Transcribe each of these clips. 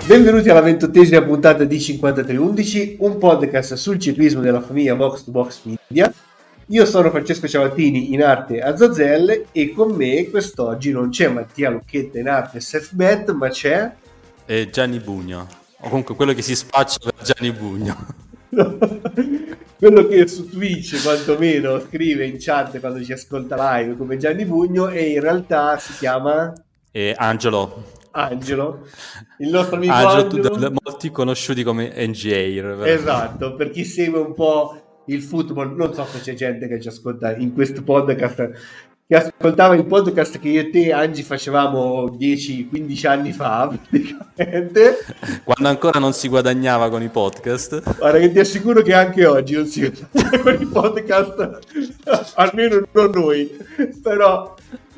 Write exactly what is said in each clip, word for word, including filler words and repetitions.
Benvenuti alla ventottesima puntata di cinquantatré undici, un podcast sul ciclismo della famiglia Box to Box Media. Io sono Francesco Ciavattini, in arte Azazel, e con me quest'oggi non c'è Mattia Lucchetta in arte SafeBet, ma c'è... E Gianni Bugno, o comunque quello che si spaccia per Gianni Bugno. Quello che su Twitch quantomeno scrive in chat quando ci ascolta live come Gianni Bugno, e in realtà si chiama... E Angelo. Angelo, il nostro amico Angelo, Angelo. Molti conosciuti come N G A. Esatto, per chi segue un po' il football, non so se c'è gente che ci ascolta in questo podcast, che ascoltava il podcast che io e te, Angi, facevamo dieci quindici anni fa, praticamente. Quando ancora non si guadagnava con i podcast. Guarda che ti assicuro che anche oggi non si guadagna con i podcast, almeno non noi, però,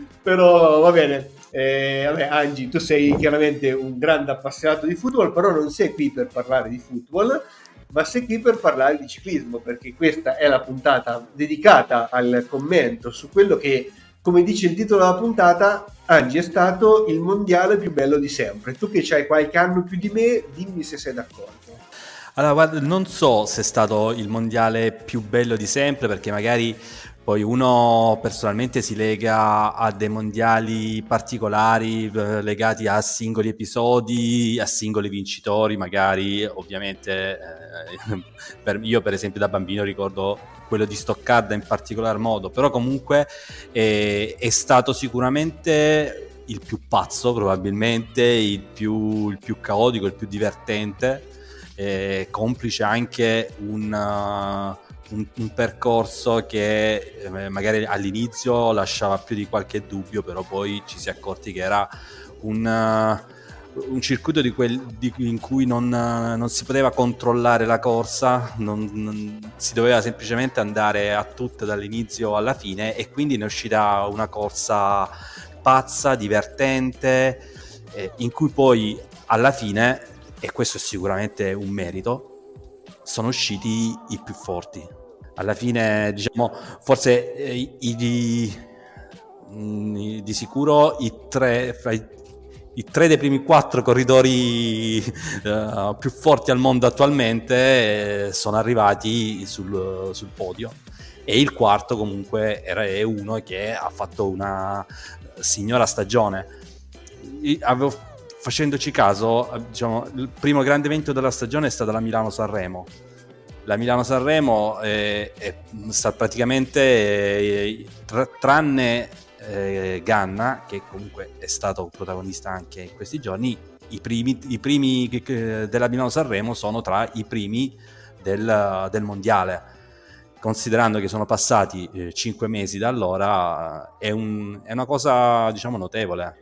però va bene. Eh, vabbè, Angi, tu sei chiaramente un grande appassionato di football, però non sei qui per parlare di football, ma sei qui per parlare di ciclismo, perché questa è la puntata dedicata al commento su quello che, come dice il titolo della puntata, Angi, è stato il mondiale più bello di sempre. Tu che c'hai qualche anno più di me, dimmi se sei d'accordo. Allora, guarda, non so se è stato il mondiale più bello di sempre, perché magari poi uno personalmente si lega a dei mondiali particolari eh, legati a singoli episodi, a singoli vincitori, magari ovviamente eh, per, io per esempio da bambino ricordo quello di Stoccarda in particolar modo, però comunque eh, è stato sicuramente il più pazzo, probabilmente il più, il più caotico, il più divertente, eh, complice anche un... Uh, Un, un percorso che eh, magari all'inizio lasciava più di qualche dubbio, però poi ci si è accorti che era un, uh, un circuito di quel, di, in cui non, uh, non si poteva controllare la corsa, non, non, si doveva semplicemente andare a tutte dall'inizio alla fine, e quindi ne è uscita una corsa pazza, divertente, eh, in cui poi alla fine, e questo è sicuramente un merito, sono usciti i più forti. Alla fine, diciamo, forse eh, i, di, mh, di sicuro i tre, i, i tre dei primi quattro corridori uh, più forti al mondo attualmente eh, sono arrivati sul, sul podio, e il quarto comunque era, è uno che ha fatto una signora stagione. Avevo, facendoci caso, diciamo, il primo grande evento della stagione è stata la Milano-Sanremo. La Milano-Sanremo è, è sta praticamente eh, tra, tranne eh, Ganna, che comunque è stato protagonista anche in questi giorni, i primi, i primi della Milano-Sanremo sono tra i primi del, del mondiale. Considerando che sono passati eh, cinque mesi da allora, è, un, è una cosa, diciamo, notevole.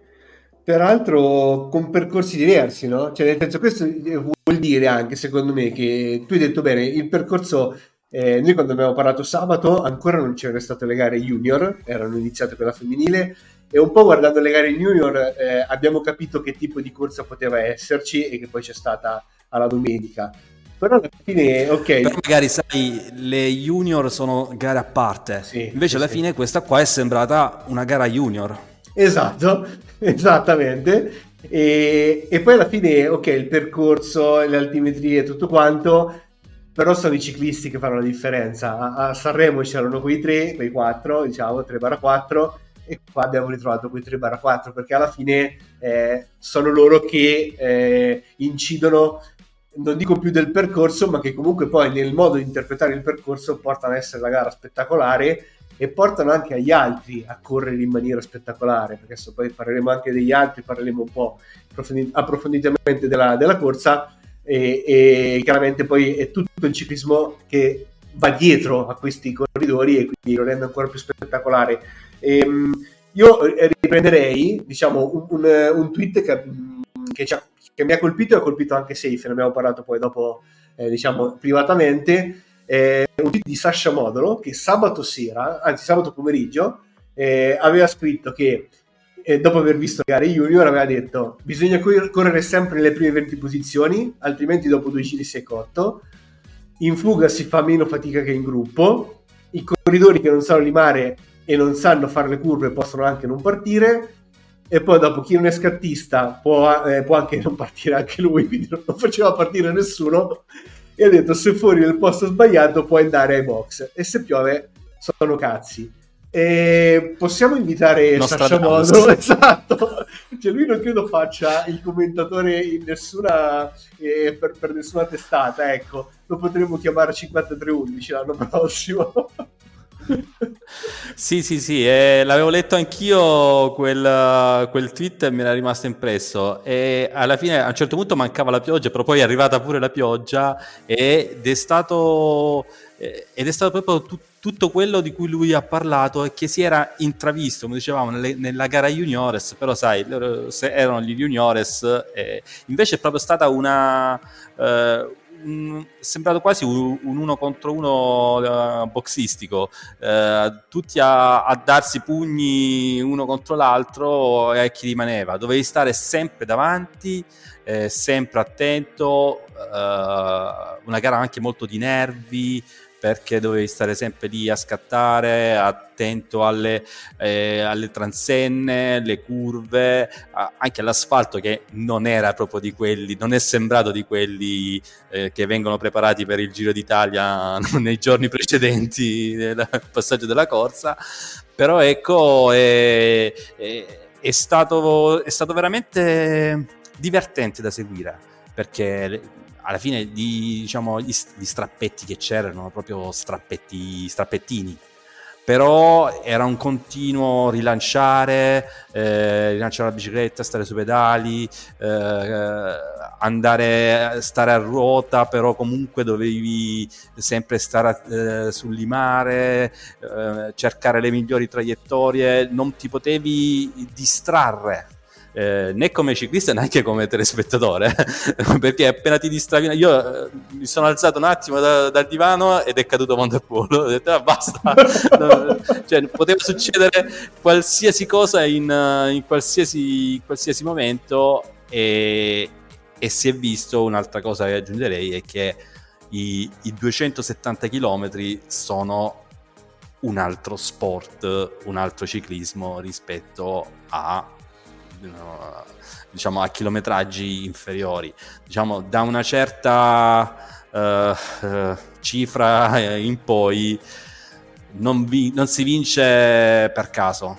Peraltro con percorsi diversi, no? Cioè, nel senso, questo vuol dire anche, secondo me, che tu hai detto bene, il percorso, eh, noi quando abbiamo parlato sabato ancora non c'erano state le gare junior, erano iniziate quella femminile, e un po' guardando le gare junior eh, abbiamo capito che tipo di corsa poteva esserci e che poi c'è stata alla domenica. Però alla fine, ok. Però magari, sai, le junior sono gare a parte, sì, invece sì, alla sì. fine questa qua è sembrata una gara junior. Esatto, esattamente. E, e poi alla fine, ok, il percorso, le altimetrie e tutto quanto, però sono i ciclisti che fanno la differenza. A, a Sanremo c'erano quei tre, quei quattro, diciamo tre barra quattro, e qua abbiamo ritrovato quei tre barra quattro, perché alla fine eh, sono loro che eh, incidono, non dico più del percorso, ma che comunque poi nel modo di interpretare il percorso portano ad essere la gara spettacolare, e portano anche agli altri a correre in maniera spettacolare, perché adesso poi parleremo anche degli altri, parleremo un po' approfonditamente della, della corsa, e, e chiaramente poi è tutto il ciclismo che va dietro a questi corridori e quindi lo rende ancora più spettacolare. E, io riprenderei, diciamo, un, un, un tweet che, che, ci ha, che mi ha colpito, e ha colpito anche Safe, ne abbiamo parlato poi dopo, eh, diciamo, privatamente. Eh, un tweet di Sasha Modolo che sabato sera, anzi sabato pomeriggio, eh, aveva scritto che eh, dopo aver visto le gare junior aveva detto: bisogna cor- correre sempre nelle prime venti posizioni, altrimenti dopo due giri si è cotto, in fuga si fa meno fatica che in gruppo, i corridori che non sanno limare e non sanno fare le curve possono anche non partire, e poi dopo chi non è scattista può, eh, può anche non partire anche lui, quindi non faceva partire nessuno, e ha detto se fuori nel posto sbagliato puoi andare ai box, e se piove sono cazzi. E possiamo invitare Sashamoto, esatto, cioè lui non credo faccia il commentatore in nessuna eh, per, per nessuna testata, ecco, lo potremmo chiamare cinquantatré undici l'anno prossimo. Sì, sì, sì, eh, l'avevo letto anch'io quel, quel tweet e mi era rimasto impresso, e alla fine a un certo punto mancava la pioggia, però poi è arrivata pure la pioggia ed è stato, eh, ed è stato proprio tu, tutto quello di cui lui ha parlato e che si era intravisto, come dicevamo, nelle, nella gara juniores, però sai, loro, se erano gli juniores, eh, invece è proprio stata una... Eh, è sembrato quasi un, un uno contro uno uh, boxistico, uh, tutti a, a darsi pugni uno contro l'altro e a chi rimaneva. Dovevi stare sempre davanti, eh, sempre attento, uh, una gara anche molto di nervi, perché dovevi stare sempre lì a scattare, attento alle, eh, alle transenne, le curve, a, anche all'asfalto, che non era proprio di quelli, non è sembrato di quelli eh, che vengono preparati per il Giro d'Italia nei giorni precedenti del passaggio della corsa, però ecco, è, è, è, stato, è stato veramente divertente da seguire, perché alla fine di, diciamo, gli, gli strappetti che c'erano, proprio strappetti, strappettini, però era un continuo rilanciare, eh, rilanciare la bicicletta, stare sui pedali, eh, andare, stare a ruota, però comunque dovevi sempre stare eh, sul limare, eh, cercare le migliori traiettorie, non ti potevi distrarre. Eh, né come ciclista neanche come telespettatore, perché appena ti distravi, io eh, mi sono alzato un attimo da, dal divano ed è caduto Van der Poel, ho detto ah, basta. No, cioè, poteva succedere qualsiasi cosa in, in qualsiasi, qualsiasi momento, e, e si è visto. Un'altra cosa che aggiungerei è che i, i duecentosettanta chilometri sono un altro sport, un altro ciclismo rispetto a No, diciamo a chilometraggi inferiori, diciamo da una certa uh, uh, cifra in poi non, vi- non si vince per caso,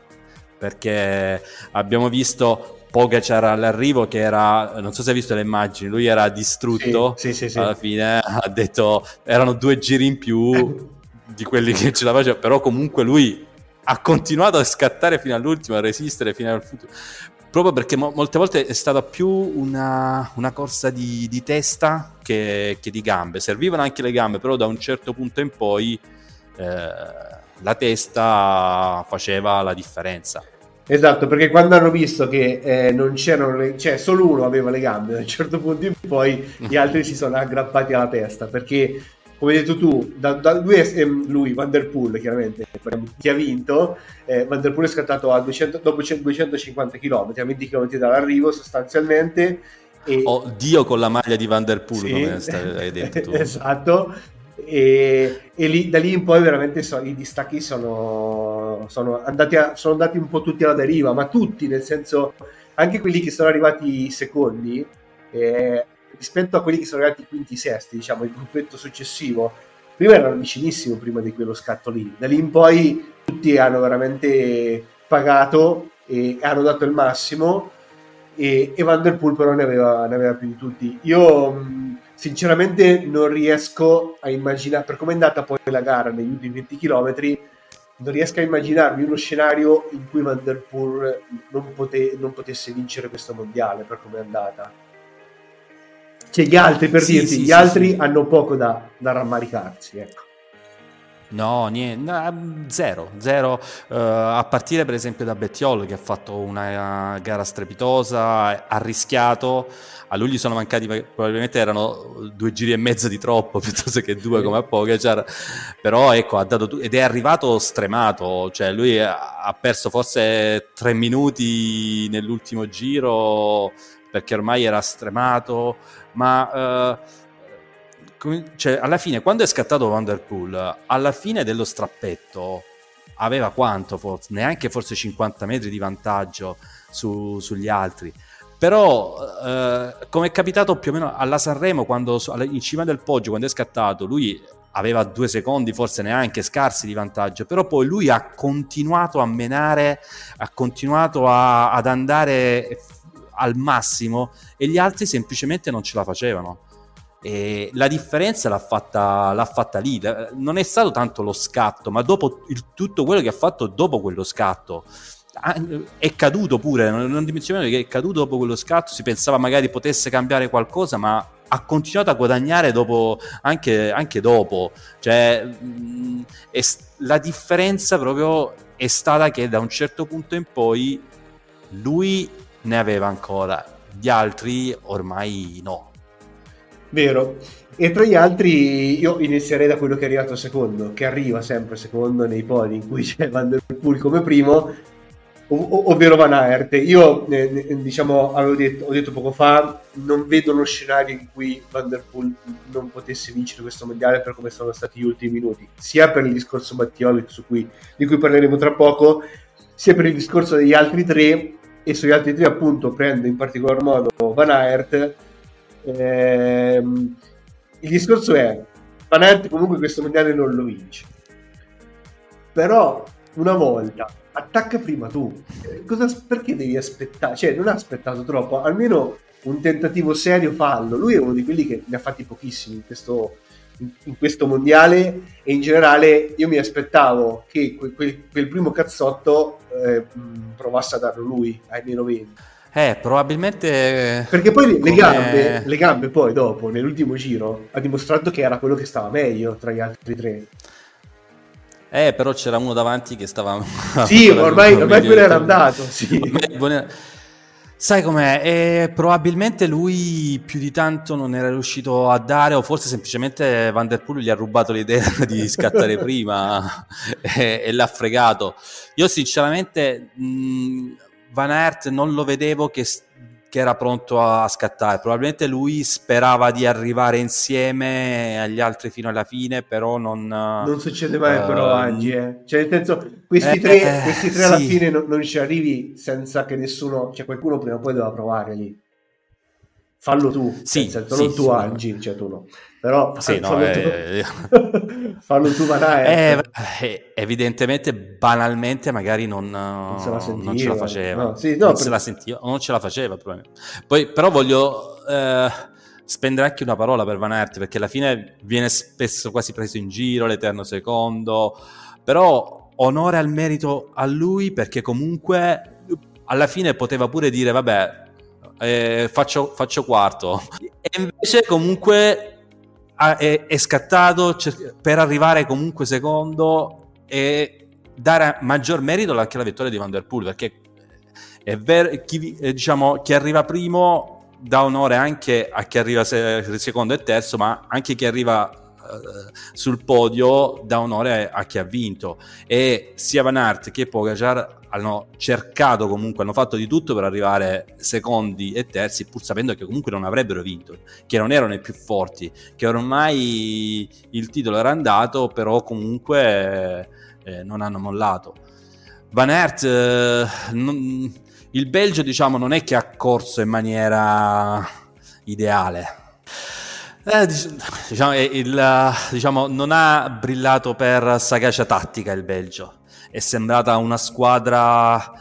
perché abbiamo visto Pogacar all'arrivo che era, non so se hai visto le immagini, lui era distrutto, sì, sì, sì, sì. Alla fine ha detto erano due giri in più di quelli che ce la faceva, però comunque lui ha continuato a scattare fino all'ultimo, a resistere fino al futuro, proprio perché mo- molte volte è stata più una, una corsa di, di testa che, che di gambe. Servivano anche le gambe, però da un certo punto in poi eh, la testa faceva la differenza. Esatto, perché quando hanno visto che eh, non c'erano le, cioè solo uno aveva le gambe, da un certo punto in poi gli altri si sono aggrappati alla testa, perché come hai detto tu, da, da lui, è, lui, Van der Poel, chiaramente, chi ha vinto, eh, Van der Poel è scattato a duecento, dopo duecentocinquanta chilometri, a venti chilometri dall'arrivo sostanzialmente. E... Oh, Dio con la maglia di Van der Poel, sì, come stai, hai detto tu. Esatto, e, e lì, da lì in poi veramente so, i distacchi sono, sono, andati a, sono andati un po' tutti alla deriva, ma tutti, nel senso, anche quelli che sono arrivati secondi, eh, rispetto a quelli che sono arrivati quinti sesti, diciamo il gruppetto successivo, prima erano vicinissimo prima di quello scatto lì, da lì in poi tutti hanno veramente pagato e hanno dato il massimo, e, e Van der Poel però ne aveva, ne aveva più di tutti. Io mh, sinceramente non riesco a immaginare, per come è andata poi la gara negli ultimi venti chilometri, non riesco a immaginarmi uno scenario in cui Van der Poel non, pote, non potesse vincere questo mondiale per come è andata. Cioè gli altri, per sì, dirti, sì, gli sì, altri sì. hanno poco da, da rammaricarsi, ecco. No, niente, no, zero, zero, uh, a partire per esempio da Bettiol, che ha fatto una gara strepitosa, ha rischiato, a lui gli sono mancati, probabilmente erano due giri e mezzo di troppo piuttosto che due sì, come a Pogacar, però ecco, ha dato tu- ed è arrivato stremato, cioè lui ha perso forse tre minuti nell'ultimo giro perché ormai era stremato, ma... Uh, cioè, alla fine, quando è scattato Van der Poel, alla fine dello strappetto aveva quanto? Forse? Neanche forse cinquanta metri di vantaggio. su, sugli altri. Però eh, come è capitato più o meno alla Sanremo, quando in cima del poggio, quando è scattato, lui aveva due secondi, forse neanche scarsi di vantaggio, però poi lui ha continuato a menare, ha continuato a, ad andare al massimo e gli altri semplicemente non ce la facevano. E la differenza l'ha fatta, l'ha fatta lì. Non è stato tanto lo scatto, ma dopo il, tutto quello che ha fatto dopo quello scatto. È caduto pure, non dimentichiamo che è caduto dopo quello scatto, si pensava magari potesse cambiare qualcosa, ma ha continuato a guadagnare dopo, anche, anche dopo. Cioè, mh, è, la differenza proprio è stata che da un certo punto in poi lui ne aveva ancora, gli altri ormai no. Vero. E tra gli altri io inizierei da quello che è arrivato secondo, che arriva sempre secondo nei podi in cui c'è Van der Poel come primo, ov- ovvero Van Aert. Io eh, diciamo avevo detto, ho detto poco fa, non vedo lo scenario in cui Van der Poel non potesse vincere questo mondiale per come sono stati gli ultimi minuti, sia per il discorso Mattioli su cui, di cui parleremo tra poco, sia per il discorso degli altri tre, e sugli altri tre appunto prendo in particolar modo Van Aert. Ehm, il discorso è Van Aert comunque questo mondiale non lo vince, però una volta attacca prima tu. Cosa, perché devi aspettare? Cioè non ha aspettato troppo, almeno un tentativo serio fallo. Lui è uno di quelli che ne ha fatti pochissimi in questo, in, in questo mondiale, e in generale io mi aspettavo che quel, quel, quel primo cazzotto eh, provasse a darlo lui ai meno venti. Eh, probabilmente... Perché poi come... le gambe, le gambe poi dopo, nell'ultimo giro, ha dimostrato che era quello che stava meglio tra gli altri tre. Eh, però c'era uno davanti che stava... Sì, ormai, ormai quello era andato, sì. Ormai... Sai com'è? Eh, probabilmente lui più di tanto non era riuscito a dare, o forse semplicemente Van der Poel gli ha rubato l'idea di scattare prima e, e l'ha fregato. Io sinceramente... Mh, Van Aert non lo vedevo che, che era pronto a scattare, probabilmente lui sperava di arrivare insieme agli altri fino alla fine, però non... Non succede mai uh, però oggi, eh. Cioè nel senso, questi eh, tre, questi tre alla sì. fine non, non ci arrivi senza che nessuno, cioè qualcuno prima o poi doveva provare lì. Fallo tu, sì, senso, sì, non tu Angi, cioè tu no. Però sì, fallo, no, tu. Eh... fallo tu Van Aert. Eh, evidentemente, banalmente, magari non, non, se la sentiva, non ce la faceva. No, sì, no, non per... se la sentiva, non ce la faceva. Poi, però voglio eh, spendere anche una parola per Van Aert, perché alla fine viene spesso quasi preso in giro, l'eterno secondo, però onore al merito a lui, perché comunque alla fine poteva pure dire vabbè, eh, faccio, faccio quarto, e invece comunque è, è scattato per arrivare comunque secondo e dare maggior merito anche alla vittoria di Van der Poel, perché è vero, chi, diciamo, chi arriva primo dà onore anche a chi arriva se, secondo e terzo, ma anche chi arriva uh, sul podio dà onore a chi ha vinto, e sia Van Aert che Pogacar hanno cercato, comunque hanno fatto di tutto per arrivare secondi e terzi, pur sapendo che comunque non avrebbero vinto, che non erano i più forti, che ormai il titolo era andato, però comunque eh, non hanno mollato. Van Aert, eh, non, il Belgio diciamo non è che ha corso in maniera ideale. Eh, diciamo, il, diciamo, non ha brillato per sagacia tattica il Belgio. È sembrata una squadra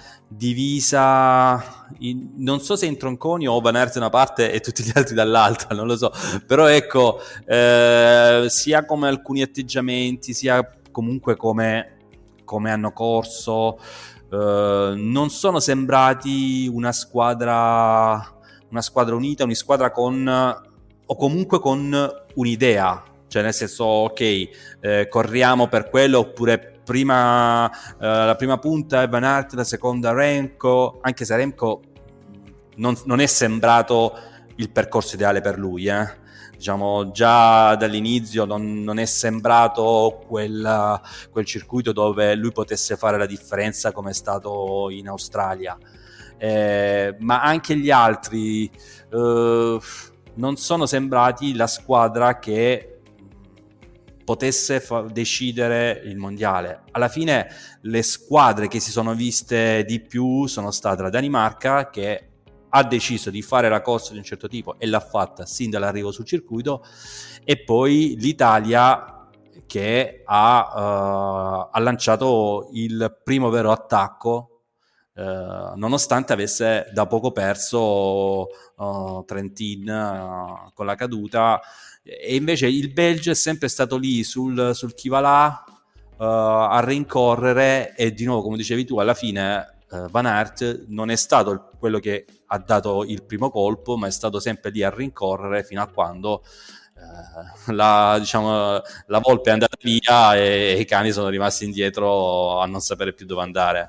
divisa, in, non so se in tronconi o Van Aert da una parte e tutti gli altri dall'altra, non lo so, però ecco, eh, sia come alcuni atteggiamenti, sia comunque come, come hanno corso, eh, non sono sembrati una squadra, una squadra unita, una squadra con, o comunque con un'idea, cioè nel senso, ok, eh, corriamo per quello, oppure prima eh, la prima punta è Van Aert, la seconda Remco, anche se Remco non, non è sembrato il percorso ideale per lui, eh. Diciamo già dall'inizio non, non è sembrato quel, quel circuito dove lui potesse fare la differenza come è stato in Australia, eh, ma anche gli altri eh, non sono sembrati la squadra che potesse fa- decidere il mondiale. Alla fine le squadre che si sono viste di più sono state la Danimarca, che ha deciso di fare la corsa di un certo tipo e l'ha fatta sin dall'arrivo sul circuito, e poi l'Italia, che ha, uh, ha lanciato il primo vero attacco, Uh, nonostante avesse da poco perso uh, Trentin uh, con la caduta, e invece il Belgio è sempre stato lì sul, sul chi va là, uh, a rincorrere, e di nuovo, come dicevi tu, alla fine uh, Van Aert non è stato il, quello che ha dato il primo colpo, ma è stato sempre lì a rincorrere fino a quando uh, la, diciamo, la volpe è andata via e, e i cani sono rimasti indietro a non sapere più dove andare.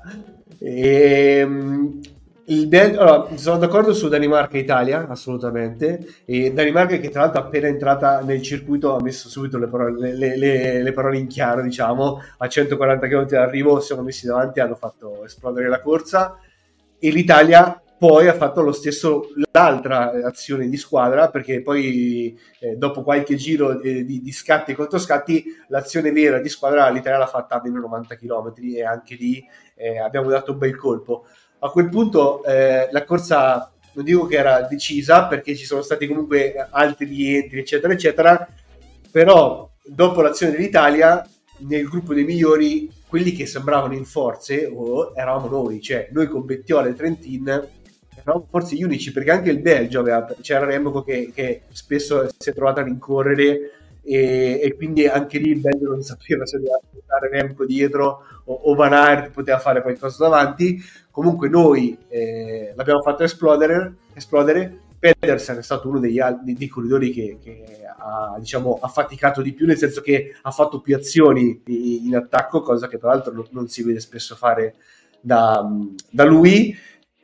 E, il Bel- allora, sono d'accordo su Danimarca e Italia, assolutamente. E Danimarca, che tra l'altro appena entrata nel circuito ha messo subito le parole, le, le, le parole in chiaro, diciamo, a centoquaranta chilometri d'arrivo si sono messi davanti e hanno fatto esplodere la corsa. E l'Italia poi ha fatto lo stesso, l'altra azione di squadra, perché poi eh, dopo qualche giro eh, di, di scatti e controscatti, l'azione vera di squadra l'Italia l'ha fatta a meno novanta chilometri, e anche lì eh, abbiamo dato un bel colpo. A quel punto eh, la corsa, non dico che era decisa, perché ci sono stati comunque altri rientri eccetera eccetera, però dopo l'azione dell'Italia nel gruppo dei migliori, quelli che sembravano in forze oh, eravamo noi, cioè noi con Bettiol e Trentin eravamo forse gli unici, perché anche il Belgio aveva, c'era Remco che, che spesso si è trovato a rincorrere, e, e quindi anche lì il Belgio non sapeva se doveva aspettare Remco dietro o, o Van Aert poteva fare qualcosa davanti. Comunque noi eh, l'abbiamo fatto esplodere, esplodere. Pedersen è stato uno degli, dei, dei corridori che, che ha, diciamo, ha faticato di più, nel senso che ha fatto più azioni in attacco, cosa che tra l'altro non, non si vede spesso fare da, da lui.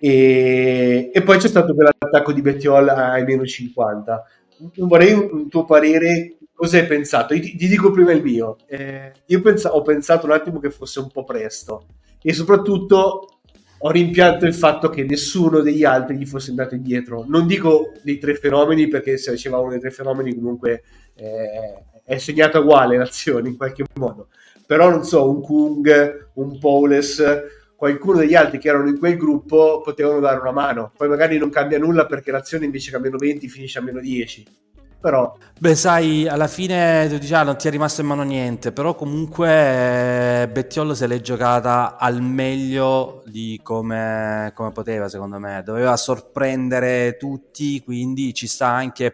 E, e poi c'è stato quell'attacco di Bettiol ai meno cinquanta. Vorrei un, un tuo parere, cosa hai pensato? Io ti, ti dico prima il mio. Eh, io pensa, ho pensato un attimo che fosse un po' presto, e soprattutto ho rimpianto il fatto che nessuno degli altri gli fosse andato indietro. Non dico dei tre fenomeni, perché se diceva uno dei tre fenomeni comunque eh, è segnata uguale l'azione in qualche modo, però non so, un Kung, un Powles, qualcuno degli altri che erano in quel gruppo potevano dare una mano. Poi magari non cambia nulla, perché l'azione invece che a meno venti finisce a meno dieci. Però beh, sai, alla fine tu dici, ah, non ti è rimasto in mano niente, però comunque eh, Bettiol se l'è giocata al meglio di come, come poteva, secondo me. Doveva sorprendere tutti, quindi ci sta anche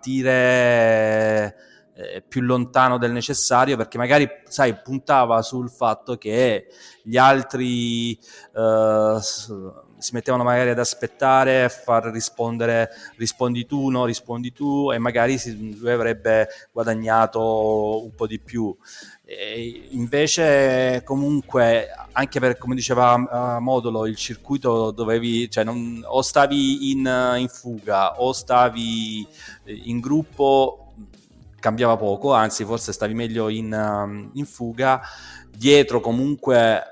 partire eh, più lontano del necessario, perché magari, sai, puntava sul fatto che gli altri eh, si mettevano magari ad aspettare, a far rispondere, rispondi tu, no, rispondi tu, e magari si, lui avrebbe guadagnato un po' di più. E invece comunque, anche per, come diceva uh, Modolo, il circuito dovevi, cioè non, o stavi in, in fuga o stavi in gruppo, cambiava poco, anzi forse stavi meglio in, um, in fuga. Dietro comunque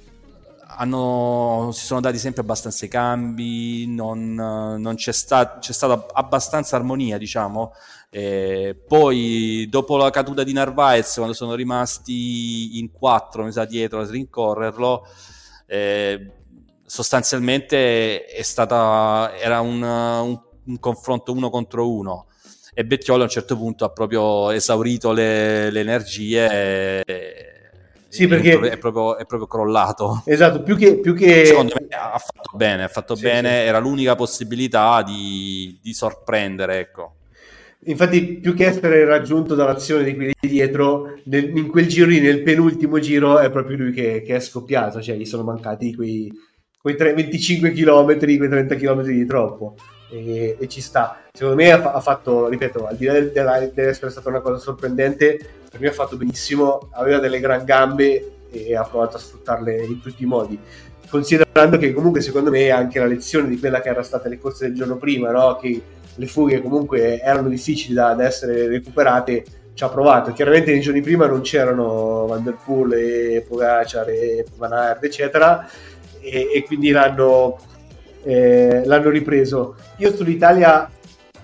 hanno, si sono dati sempre abbastanza i cambi, non, non c'è, sta, c'è stata abbastanza armonia, diciamo. E poi dopo la caduta di Narvaez, quando sono rimasti in quattro, mi sa, dietro a rincorrerlo, eh, sostanzialmente è stata, era un, un, un confronto uno contro uno, e Bettiol a un certo punto ha proprio esaurito le, le energie e, sì, perché è proprio, è proprio crollato. Esatto, più che, più che... secondo me ha fatto bene, ha fatto sì, bene, sì. Era l'unica possibilità di, di sorprendere, ecco. Infatti, più che essere raggiunto dall'azione di quelli dietro, nel, in quel giro lì, nel penultimo giro, è proprio lui che, che è scoppiato, cioè gli sono mancati quei, quei tre, venticinque chilometri, quei trenta chilometri di troppo, e, e ci sta. Secondo me ha, ha fatto, ripeto, al di là dell'essere stata una cosa sorprendente, per me ha fatto benissimo, aveva delle gran gambe e ha provato a sfruttarle in tutti i modi, considerando che comunque secondo me anche la lezione di quella che era stata le corse del giorno prima, no? Che le fughe comunque erano difficili da, da essere recuperate, ci ha provato. Chiaramente nei giorni prima non c'erano Van der Poel e Pogacar e Van Aert eccetera, e, e quindi l'hanno, eh, l'hanno ripreso. Io sull'Italia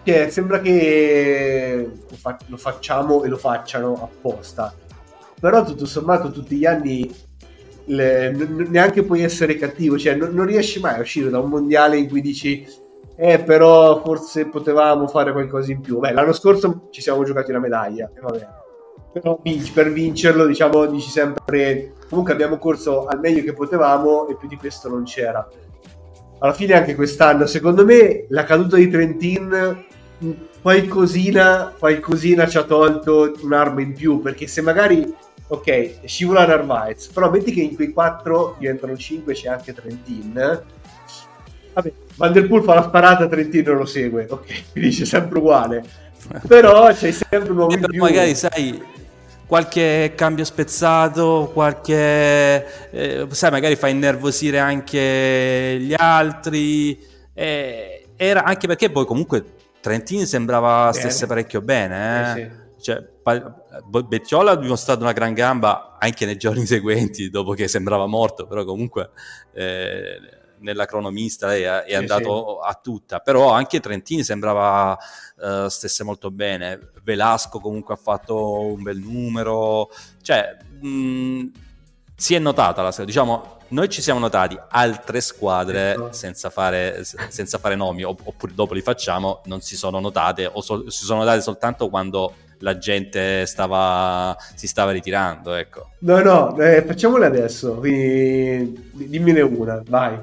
cioè, sembra che lo, fa- lo facciamo e lo facciano apposta, però tutto sommato tutti gli anni le, n- neanche puoi essere cattivo, cioè non, non riesci mai a uscire da un mondiale in cui dici eh però forse potevamo fare qualcosa in più. Beh, l'anno scorso ci siamo giocati una medaglia e vabbè, però vinci, per vincerlo diciamo dici sempre comunque abbiamo corso al meglio che potevamo e più di questo non c'era. Alla fine anche quest'anno secondo me la caduta di Trentin qualcosina qualcosina ci ha tolto un'arma in più, perché se magari ok scivola Narvaez, però metti che in quei quattro diventano cinque, c'è anche Trentin, vabbè, Van der Poel fa la sparata, Trentin non lo segue, ok, quindi c'è sempre uguale, però c'è sempre un uomo in più, magari sai qualche cambio spezzato, qualche eh, sai magari fa innervosire anche gli altri, eh, era anche perché poi comunque Trentin sembrava bene. Stesse parecchio bene, eh? Eh sì. Cioè, Bettiola ha dimostrato una gran gamba anche nei giorni seguenti dopo che sembrava morto, però comunque eh, nella cronomista è, è sì, andato sì. a tutta, però anche Trentin sembrava uh, stesse molto bene. Velasco comunque ha fatto un bel numero, cioè mh, si è notata la diciamo noi ci siamo notati, altre squadre ecco. senza fare senza fare nomi oppure dopo li facciamo non si sono notate o so, si sono notate soltanto quando la gente stava si stava ritirando, ecco. No no, eh, facciamole adesso, quindi dimmene una, vai.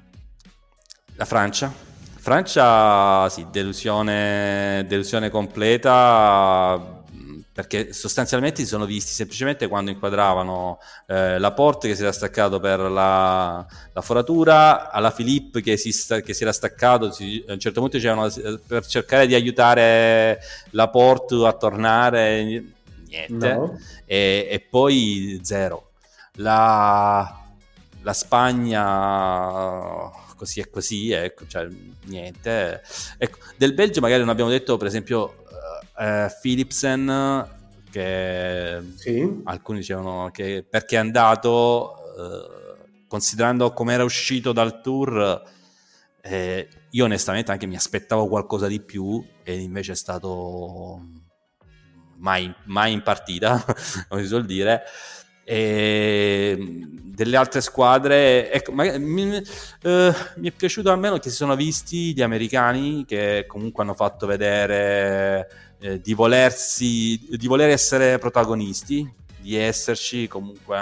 La Francia Francia sì, delusione delusione completa, perché sostanzialmente si sono visti semplicemente quando inquadravano eh, Laporte che si era staccato per la, la foratura, alla Philippe che si, sta, che si era staccato, si, a un certo punto c'erano per cercare di aiutare Laporte a tornare, niente, no. e, e poi zero. La, la Spagna così e così, ecco, cioè niente. Ecco, del Belgio magari non abbiamo detto, per esempio, Uh, Philipsen, che sì. alcuni dicevano che perché è andato uh, considerando come era uscito dal tour, eh, io onestamente anche mi aspettavo qualcosa di più e invece è stato mai, mai in partita come si suol dire. E delle altre squadre ecco, magari, mi, eh, mi è piaciuto almeno che si sono visti gli americani che comunque hanno fatto vedere Eh, di volersi di voler essere protagonisti, di esserci comunque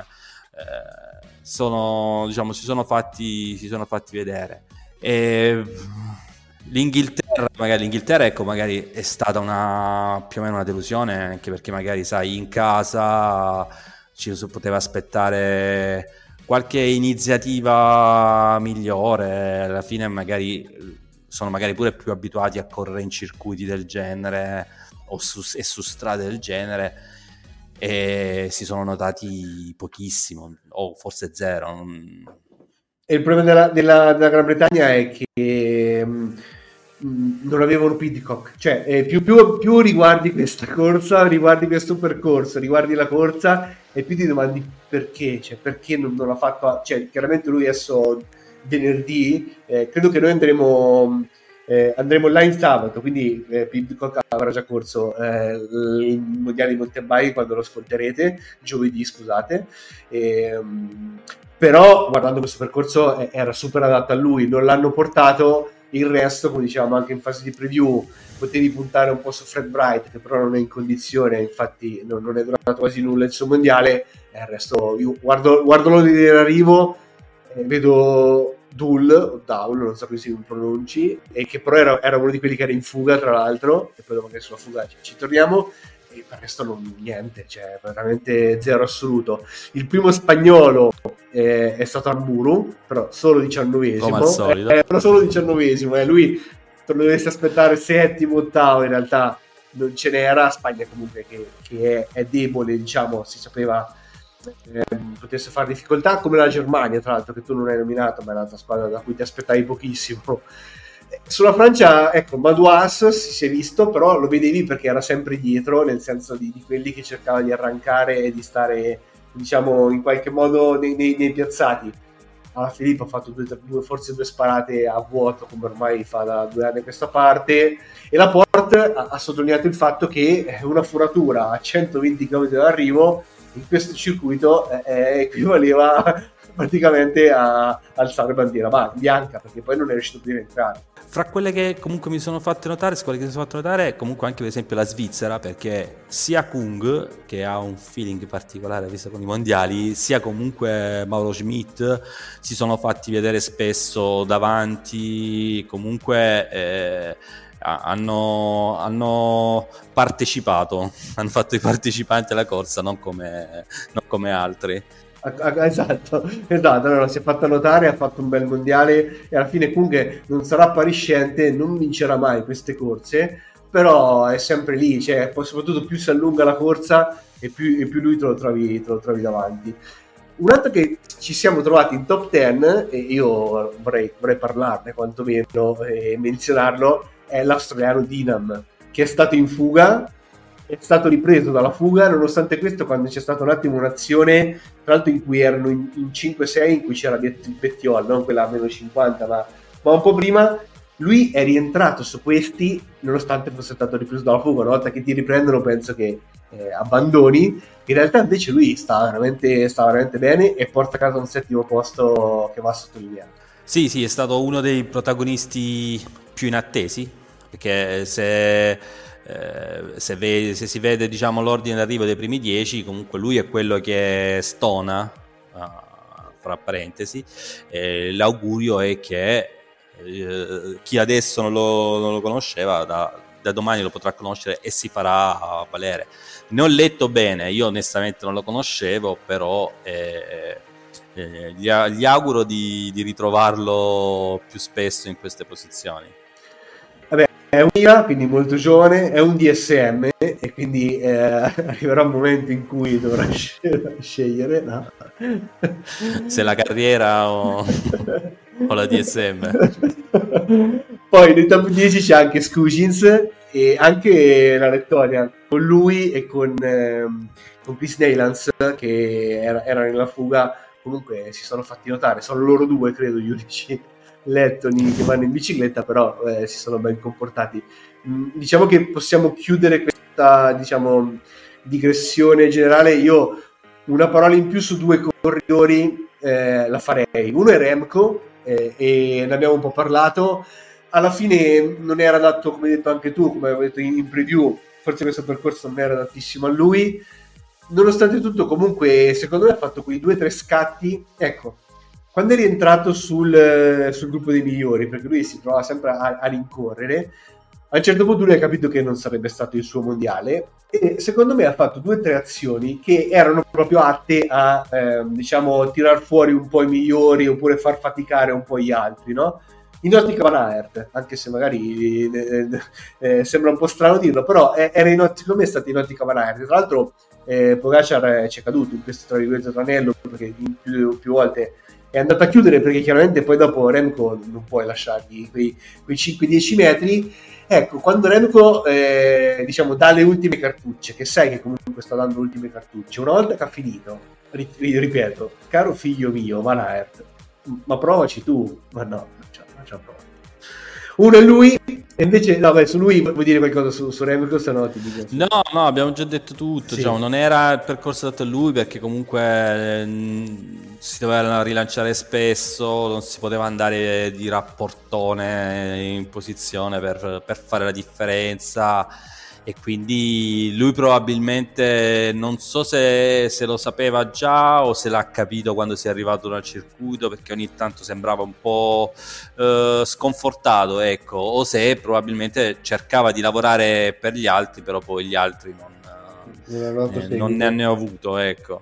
eh, sono diciamo si sono fatti si sono fatti vedere. E l'Inghilterra magari l'Inghilterra ecco magari è stata una più o meno una delusione, anche perché magari sai in casa ci si poteva aspettare qualche iniziativa migliore, alla fine magari sono magari pure più abituati a correre in circuiti del genere o su, e su strade del genere e si sono notati pochissimo o forse zero. E il problema della, della, della Gran Bretagna è che mh, non avevano Pidcock, cioè eh, più, più, più riguardi questa corsa, riguardi questo percorso, riguardi la corsa e più ti domandi perché, cioè perché non, non l'ha fatto, cioè chiaramente lui adesso venerdì, eh, credo che noi andremo eh, andremo là in sabato, quindi eh, Pidcock avrà già corso eh, il mondiale di mountain bike quando lo ascolterete, giovedì scusate, e, um, però guardando questo percorso eh, era super adatto a lui, non l'hanno portato, il resto come dicevamo anche in fase di preview potevi puntare un po' su Fred Bright che però non è in condizione, infatti non, non è durato quasi nulla il suo mondiale, e il resto io guardo, guardo l'ordine dell'arrivo, eh, vedo Dull o Daul, non so come si pronunci, e che però era, era uno di quelli che era in fuga tra l'altro, e poi dopo che sulla fuga ci, ci torniamo, e per il resto non niente, cioè veramente zero assoluto. Il primo spagnolo eh, è stato Armburu, però solo diciannovesimo, come al solito. Eh, però solo diciannovesimo, eh, lui te lo dovessi aspettare settimo, ottavo, in realtà non ce n'era. Spagna comunque che, che è, è debole, diciamo, si sapeva Eh, potesse fare difficoltà, come la Germania tra l'altro che tu non hai nominato, ma è un'altra squadra da cui ti aspettavi pochissimo. Sulla Francia ecco Madouas si, si è visto, però lo vedevi perché era sempre dietro, nel senso di, di quelli che cercava di arrancare e di stare diciamo in qualche modo nei, nei, nei piazzati. alla Filippo ha fatto due, due, forse due sparate a vuoto come ormai fa da due anni a questa parte, e Laporte ha, ha sottolineato il fatto che una foratura a centoventi chilometri dall'arrivo in questo circuito eh, equivaleva praticamente a alzare bandiera bianca, perché poi non è riuscito più a entrare. Fra quelle che comunque mi sono fatte notare, quelle che mi sono fatte notare, comunque anche per esempio la Svizzera, perché sia Kung, che ha un feeling particolare visto con i mondiali, sia comunque Mauro Schmidt si sono fatti vedere spesso davanti, comunque eh, hanno, hanno partecipato, hanno fatto i partecipanti alla corsa, non come, non come altri. Esatto, esatto, allora, si è fatta notare, ha fatto un bel mondiale e alla fine Kung non sarà appariscente, non vincerà mai queste corse, però è sempre lì, cioè, poi soprattutto più si allunga la corsa e più, e più lui te lo, trovi, te lo trovi davanti. Un altro che ci siamo trovati in top dieci, e io vorrei, vorrei parlarne quantomeno e menzionarlo, è l'australiano Dinham, che è stato in fuga, è stato ripreso dalla fuga. Nonostante questo, quando c'è stata un attimo un'azione, tra l'altro in cui erano in, in cinque sei, in cui c'era Bettiol, non quella a meno cinquanta, ma, ma un po' prima, lui è rientrato su questi nonostante fosse stato ripreso dalla fuga. Una volta che ti riprendono penso che eh, abbandoni, in realtà invece lui sta veramente, sta veramente bene e porta a casa un settimo posto che va sottolineato. Sì, sì, è stato uno dei protagonisti più inattesi, perché se... Eh, se, vede, se si vede diciamo l'ordine d'arrivo dei primi dieci, comunque lui è quello che stona, uh, fra parentesi, eh, l'augurio è che eh, chi adesso non lo, non lo conosceva da, da domani lo potrà conoscere e si farà valere. Ne ho letto bene, io onestamente non lo conoscevo, però eh, eh, gli, gli auguro di, di ritrovarlo più spesso in queste posizioni. È un I A, quindi molto giovane, è un D S M e quindi eh, arriverà un momento in cui dovrà scegliere, no? Se la carriera o, o la D S M. Poi nei top dieci c'è anche Scugins e anche la Lettonia, con lui e con, ehm, con Chris Neylands, che era, era nella fuga. Comunque si sono fatti notare, sono loro due credo gli unici lettoni che vanno in bicicletta, però eh, si sono ben comportati. Mm, diciamo che possiamo chiudere questa, diciamo, digressione generale. Io una parola in più su due corridori eh, la farei. Uno è Remco eh, e ne abbiamo un po' parlato. Alla fine non era adatto, come hai detto anche tu, come avevo detto in, in preview, forse questo percorso non era adattissimo a lui. Nonostante tutto, comunque, secondo me ha fatto quei due o tre scatti. Ecco, quando è rientrato sul, sul gruppo dei migliori, perché lui si trovava sempre a, a rincorrere, a un certo punto lui ha capito che non sarebbe stato il suo mondiale e secondo me ha fatto due o tre azioni che erano proprio atte a eh, diciamo tirar fuori un po' i migliori oppure far faticare un po' gli altri, no? In ottica Van Aert, anche se magari eh, eh, sembra un po' strano dirlo, però era in ottica, come è stato in ottica Van Aert. Tra l'altro eh, Pogacar ci è caduto in questo tra virgolette tranello, perché più, più volte è andato a chiudere, perché chiaramente poi dopo Remco non puoi lasciargli quei, quei cinque dieci metri. Ecco, quando Remco eh, diciamo dà le ultime cartucce, che sai che comunque sta dando le ultime cartucce, una volta che ha finito, ripeto, caro figlio mio Van Aert, ma provaci tu, ma no, non c'ha, non c'ha prova. Uno è lui, e invece no, beh, su lui vuoi dire qualcosa su, su Remco, se no ti dico. No, no, abbiamo già detto tutto, sì. Diciamo, non era il percorso dato a lui, perché comunque eh, si doveva rilanciare spesso, non si poteva andare di rapportone in posizione per, per fare la differenza, e quindi lui probabilmente non so se, se lo sapeva già o se l'ha capito quando si è arrivato dal circuito, perché ogni tanto sembrava un po' eh, sconfortato, ecco, o se probabilmente cercava di lavorare per gli altri, però poi gli altri non, eh, non ne hanno avuto, ecco.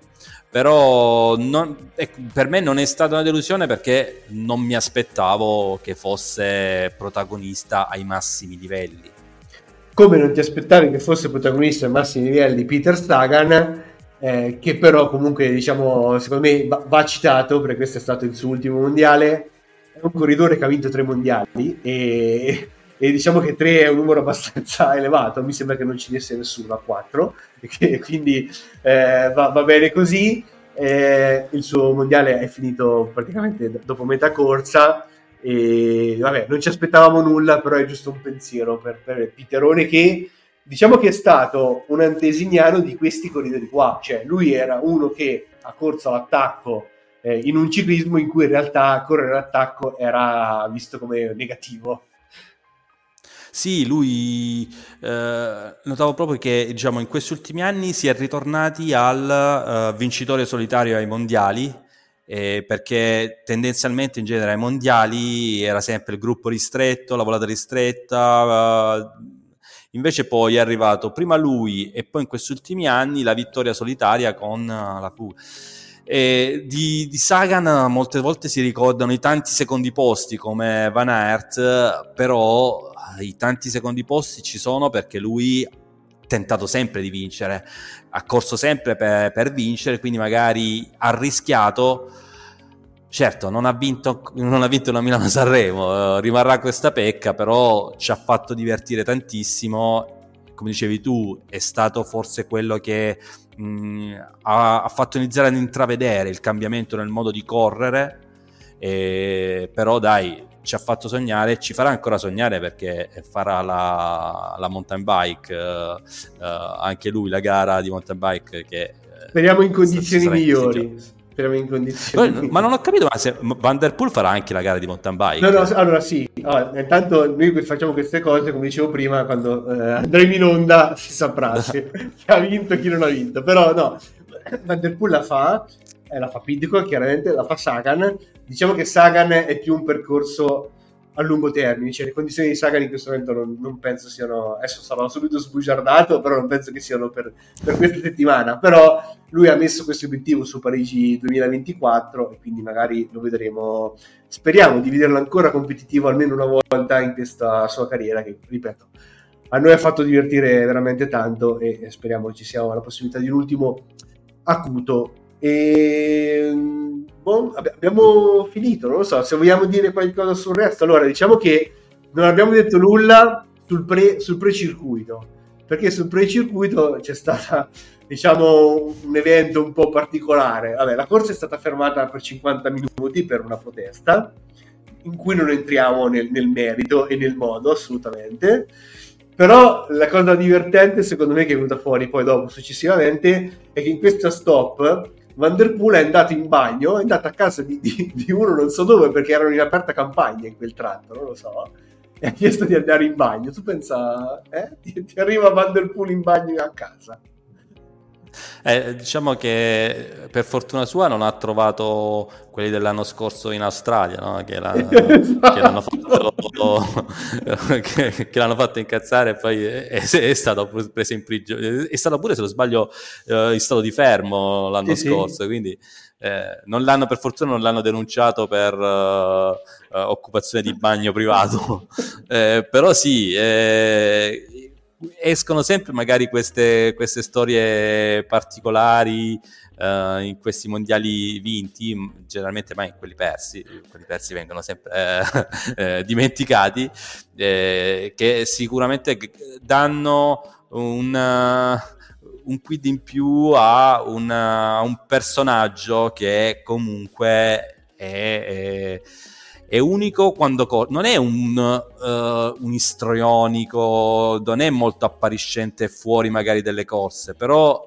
Però non, ecco, per me non è stata una delusione, perché non mi aspettavo che fosse protagonista ai massimi livelli. Come non ti aspettavi che fosse protagonista ai massimi livelli Peter Sagan, eh, che però comunque diciamo secondo me va, va citato, perché questo è stato il suo ultimo mondiale. È un corridore che ha vinto tre mondiali e, e diciamo che tre è un numero abbastanza elevato, mi sembra che non ci sia nessuno a quattro, e quindi eh, va, va bene così. eh, il suo mondiale è finito praticamente dopo metà corsa e vabbè, non ci aspettavamo nulla, però è giusto un pensiero per, per Piterone, che diciamo che è stato un antesignano di questi corridori qua, cioè lui era uno che ha corso all'attacco eh, in un ciclismo in cui in realtà correre all'attacco era visto come negativo. Sì, lui eh, notavo proprio che diciamo in questi ultimi anni si è ritornati al uh, vincitore solitario ai mondiali, eh, perché tendenzialmente in genere ai mondiali era sempre il gruppo ristretto, la volata ristretta, uh, invece poi è arrivato prima lui e poi in questi ultimi anni la vittoria solitaria con uh, la Q. E di, di Sagan molte volte si ricordano i tanti secondi posti come Van Aert, però i tanti secondi posti ci sono perché lui ha tentato sempre di vincere, ha corso sempre per, per vincere, quindi magari ha rischiato. Certo, non ha vinto, non ha vinto la Milano-Sanremo, eh, rimarrà questa pecca, però ci ha fatto divertire tantissimo. Come dicevi tu, è stato forse quello che mh, ha, ha fatto iniziare ad intravedere il cambiamento nel modo di correre, e, però dai, ci ha fatto sognare e ci farà ancora sognare perché farà la, la mountain bike, eh, eh, anche lui la gara di mountain bike che speriamo in condizioni migliori. Speriamo in condizioni Poi, ma non ho capito, ma se Van der Poel farà anche la gara di mountain bike? No, no, allora sì, allora, intanto noi facciamo queste cose, come dicevo prima, quando eh, andremo in onda si saprà se chi ha vinto e chi non ha vinto, però no, Van der Poel la fa, eh, la fa Pidcock, chiaramente, la fa Sagan. Diciamo che Sagan è più un percorso a lungo termine, cioè le condizioni di Sagan in questo momento non, non penso siano, adesso sarò subito sbugiardato, però non penso che siano per, per questa settimana, però lui ha messo questo obiettivo su Parigi duemilaventiquattro e quindi magari lo vedremo, speriamo di vederlo ancora competitivo almeno una volta in questa sua carriera che, ripeto, a noi ha fatto divertire veramente tanto e, e speriamo ci sia la possibilità di un ultimo acuto. E boh, abbiamo finito, non lo so, se vogliamo dire qualcosa sul resto. Allora, diciamo che non abbiamo detto nulla sul, pre, sul pre-circuito, perché sul pre-circuito c'è stata, diciamo, un evento un po' particolare. Vabbè, la corsa è stata fermata per cinquanta minuti per una protesta, in cui non entriamo nel, nel merito e nel modo, assolutamente. Però la cosa divertente, secondo me, che è venuta fuori poi dopo, successivamente, è che in questa stop Van der Poel è andato in bagno, è andato a casa di, di, di uno non so dove, perché erano in aperta campagna in quel tratto, non lo so, e ha chiesto di andare in bagno. Tu pensa, eh? ti, ti arriva Van der Poel in bagno a casa? Eh, diciamo che per fortuna sua non ha trovato quelli dell'anno scorso in Australia, no? che, la, esatto. che, l'hanno fatto, che, che l'hanno fatto incazzare e poi è, è stato preso in prigione, è stato pure, se non sbaglio, in stato di fermo l'anno sì, scorso, sì. Quindi eh, non l'hanno, per fortuna non l'hanno denunciato per uh, uh, occupazione di bagno privato, eh, però sì, eh, escono sempre magari queste, queste storie particolari uh, in questi mondiali vinti, generalmente mai in quelli persi, quelli persi vengono sempre eh, eh, dimenticati, eh, che sicuramente danno un, uh, un quid in più a, una, a un personaggio che comunque è... è è unico quando corre, non è un, uh, un istrionico, non è molto appariscente fuori magari delle corse, però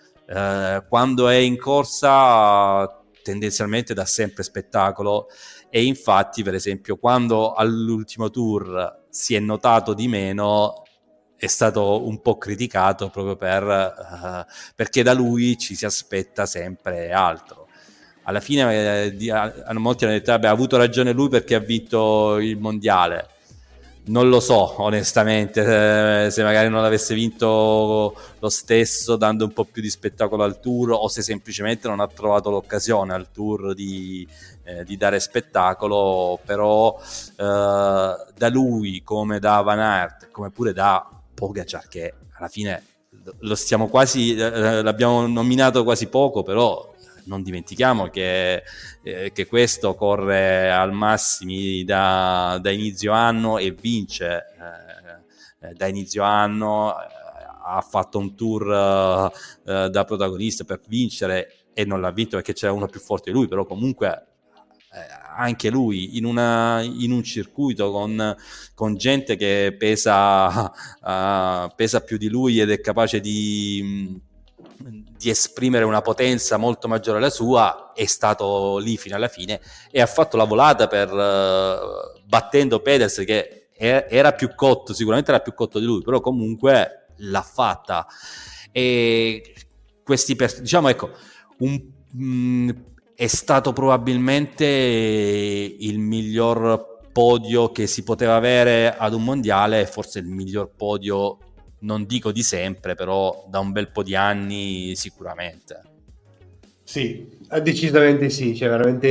uh, quando è in corsa tendenzialmente dà sempre spettacolo, e infatti per esempio quando all'ultimo tour si è notato di meno è stato un po' criticato proprio per, uh, perché da lui ci si aspetta sempre altro. Alla fine eh, di, a, molti hanno detto vabbè, ha avuto ragione lui perché ha vinto il mondiale. Non lo so onestamente, eh, se magari non avesse vinto lo stesso dando un po' più di spettacolo al tour, o se semplicemente non ha trovato l'occasione al tour di, eh, di dare spettacolo. Però eh, da lui, come da Van Aert, come pure da Pogacar, che alla fine lo stiamo quasi eh, l'abbiamo nominato quasi poco, però non dimentichiamo che, eh, che questo corre al massimi da, da inizio anno e vince eh, da inizio anno, eh, ha fatto un tour eh, da protagonista per vincere e non l'ha vinto perché c'era uno più forte di lui, però comunque eh, anche lui in, una, in un circuito con, con gente che pesa, uh, pesa più di lui ed è capace di, di esprimere una potenza molto maggiore alla sua, è stato lì fino alla fine e ha fatto la volata per uh, battendo Peters, che era più cotto, sicuramente era più cotto di lui, però comunque l'ha fatta. E questi per, diciamo ecco un, mh, è stato probabilmente il miglior podio che si poteva avere ad un mondiale, forse il miglior podio, non dico di sempre, però da un bel po' di anni sicuramente. Sì, decisamente sì, cioè veramente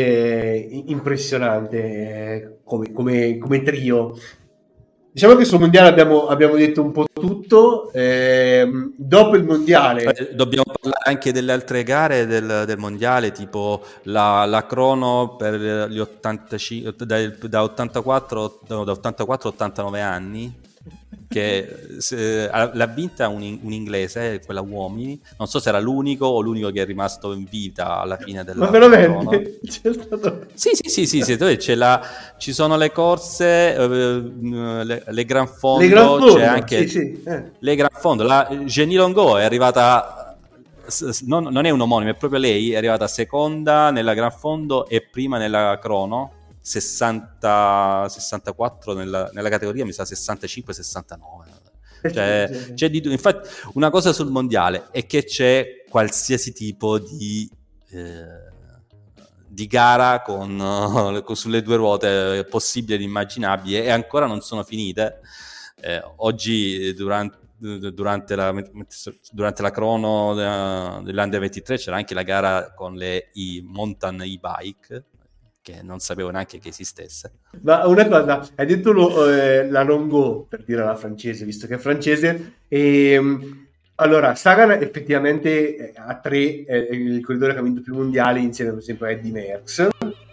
impressionante come, come, come trio. Diciamo che sul mondiale abbiamo, abbiamo detto un po' tutto. Eh, dopo il mondiale eh, dobbiamo parlare anche delle altre gare del, del mondiale, tipo la, la crono per gli ottantacinque, da, da ottantaquattro no, da ottantaquattro ottantanove anni, che se, l'ha vinta un, un inglese, quella uomini, non so se era l'unico o l'unico che è rimasto in vita alla fine della, ma veramente c'è stato... sì sì sì sì, sì, sì c'è la, ci sono le corse, eh, le, le Gran Fondo, le Gran Fondo c'è anche sì, sì, eh. le Gran Fondo, la Jenny Longo è arrivata, non, non è un omonimo, è proprio lei, è arrivata seconda nella Gran Fondo e prima nella crono, sessanta sessantaquattro nella, nella categoria, mi sa sessantacinque sessantanove, cioè c'è di, infatti una cosa sul mondiale è che c'è qualsiasi tipo di eh, di gara con, uh, sulle due ruote possibili ed immaginabili, e ancora non sono finite. Eh, oggi durante Durante la, durante la crono dell'Under ventitré c'era anche la gara con le i mountain e-bike, che non sapevo neanche che esistesse. Ma una cosa, hai detto lo, eh, la Longo, per dire la francese, visto che è francese, e allora Sagan effettivamente a tre è il corridore che ha vinto più mondiali insieme per esempio a Eddy Merckx,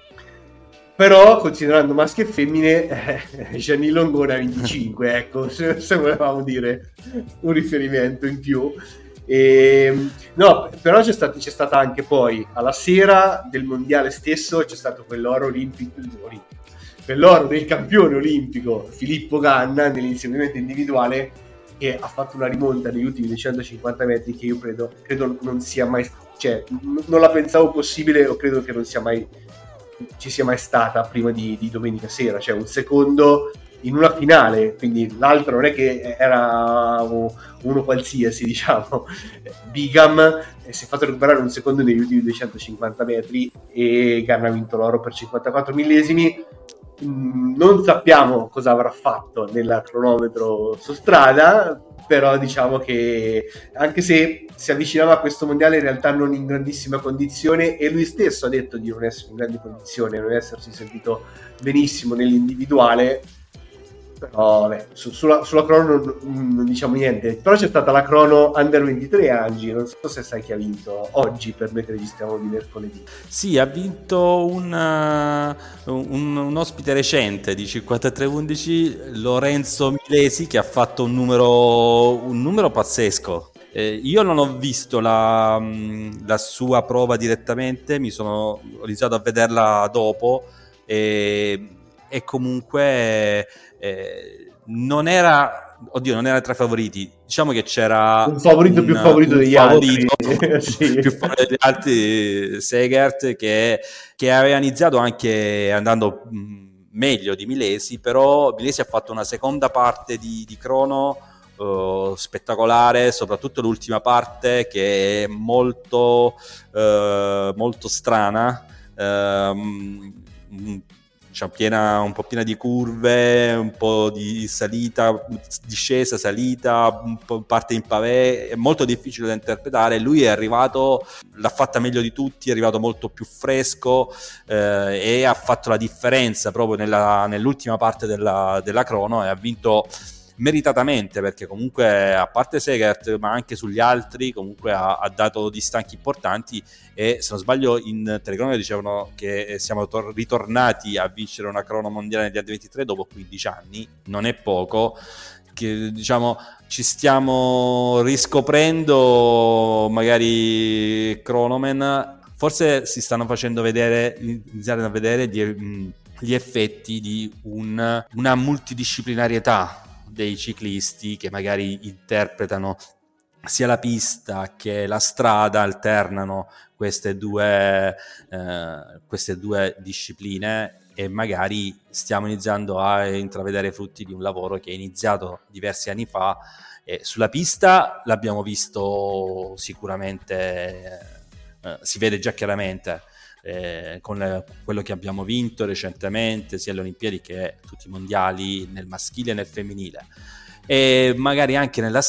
però considerando maschi e femmine eh, Gianni Longo ne ha venticinque, ecco, se, se volevamo dire un riferimento in più. E, no, però c'è, stato, c'è stata anche poi alla sera del mondiale stesso c'è stato quell'oro olimpico, olimpico quell'oro del campione olimpico Filippo Ganna nell'inseguimento individuale, che ha fatto una rimonta negli ultimi duecentocinquanta metri che io credo, credo non sia mai, cioè non la pensavo possibile, o credo che non sia mai ci sia mai stata prima di, di domenica sera, cioè un secondo in una finale, quindi l'altro non è che era uno qualsiasi, diciamo. Bigam si è fatto recuperare un secondo negli ultimi duecentocinquanta metri e Ganna ha vinto l'oro per cinquantaquattro millesimi. Non sappiamo cosa avrà fatto nel cronometro su strada, però diciamo che anche se si avvicinava a questo mondiale in realtà non in grandissima condizione, e lui stesso ha detto di non essere in grandi condizioni, non essersi sentito benissimo nell'individuale, però vabbè, su, sulla, sulla crono non, non diciamo niente. Però c'è stata la crono Under ventitré, Angi, non so se sai chi ha vinto oggi, per noi che registriamo di mercoledì. Sì, ha vinto un, uh, un, un ospite recente di cinquantatré undici, Lorenzo Milesi, che ha fatto un numero, un numero pazzesco. Eh, io non ho visto la, la sua prova direttamente, mi sono ho iniziato a vederla dopo, e, e comunque eh, non era, oddio, non era tra i favoriti, diciamo che c'era un favorito un, più favorito degli favorito, altri sì. più favorito degli altri, Segert, che, che aveva iniziato anche andando mh, meglio di Milesi, però Milesi ha fatto una seconda parte di, di crono uh, spettacolare, soprattutto l'ultima parte, che è molto uh, molto strana, uh, mh, diciamo, piena, un po' piena di curve, un po' di salita, discesa, salita, un po' parte in pavé, è molto difficile da interpretare. Lui è arrivato, l'ha fatta meglio di tutti, è arrivato molto più fresco eh, e ha fatto la differenza proprio nella, nell'ultima parte della, della crono, e ha vinto meritatamente, perché comunque a parte Segert ma anche sugli altri comunque ha, ha dato distanchi importanti, e se non sbaglio in telecronaca dicevano che siamo tor- ritornati a vincere una crono mondiale negli Under ventitré dopo quindici anni, non è poco, che diciamo ci stiamo riscoprendo magari cronomen forse si stanno facendo vedere, iniziare a vedere gli, gli effetti di un, una multidisciplinarietà dei ciclisti che magari interpretano sia la pista che la strada, alternano queste due, eh, queste due discipline, e magari stiamo iniziando a intravedere i frutti di un lavoro che è iniziato diversi anni fa. E sulla pista l'abbiamo visto sicuramente, eh, si vede già chiaramente eh, con le, quello che abbiamo vinto recentemente, sia alle Olimpiadi che tutti i mondiali nel maschile e nel femminile. E magari anche nella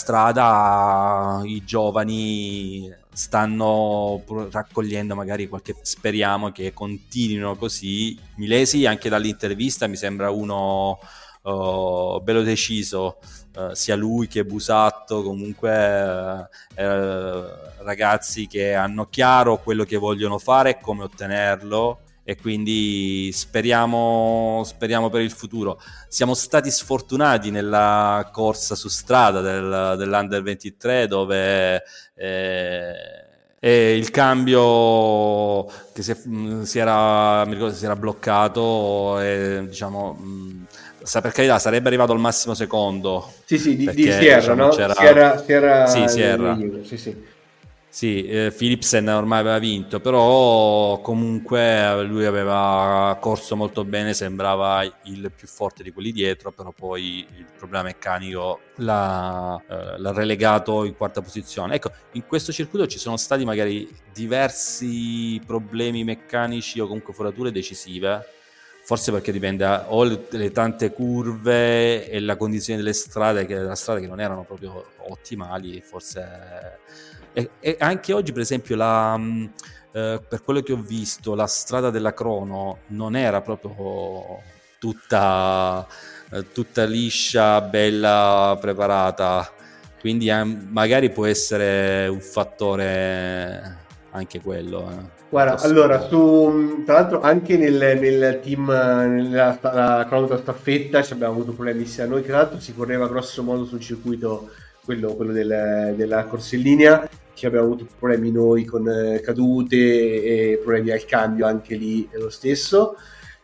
strada i giovani stanno raccogliendo magari qualche, speriamo che continuino così. Milesi anche dall'intervista mi sembra uno uh, bello deciso, uh, sia lui che Busatto, comunque uh, uh, ragazzi che hanno chiaro quello che vogliono fare e come ottenerlo, e quindi speriamo, speriamo per il futuro. Siamo stati sfortunati nella corsa su strada del, dell'Under ventitré, dove eh, e il cambio che si, si, era, mi ricordo, si era bloccato, e diciamo mh, per carità sarebbe arrivato al massimo secondo. Sì, sì, di, perché, di Sierra, diciamo, no? c'era... Sierra, Sierra, sì, Sierra. Sì, sì. Sì, eh, Philipsen ormai aveva vinto, però comunque lui aveva corso molto bene, sembrava il più forte di quelli dietro, però poi il problema meccanico l'ha, eh, l'ha relegato in quarta posizione. Ecco, in questo circuito ci sono stati magari diversi problemi meccanici o comunque forature decisive, forse perché dipende o le, le tante curve e la condizione delle strade, che, della strada che non erano proprio ottimali, forse... E, e anche oggi per esempio la, eh, per quello che ho visto la strada della crono non era proprio tutta, eh, tutta liscia, bella, preparata, quindi eh, magari può essere un fattore anche quello. Eh. Guarda, allora, su, tra l'altro anche nel, nel team, nella la cronaca staffetta ci abbiamo avuto problemi sia noi, che tra l'altro si correva grosso modo sul circuito, quello, quello del, della corsa in linea, ci abbiamo avuto problemi noi con eh, cadute e problemi al cambio anche lì è lo stesso,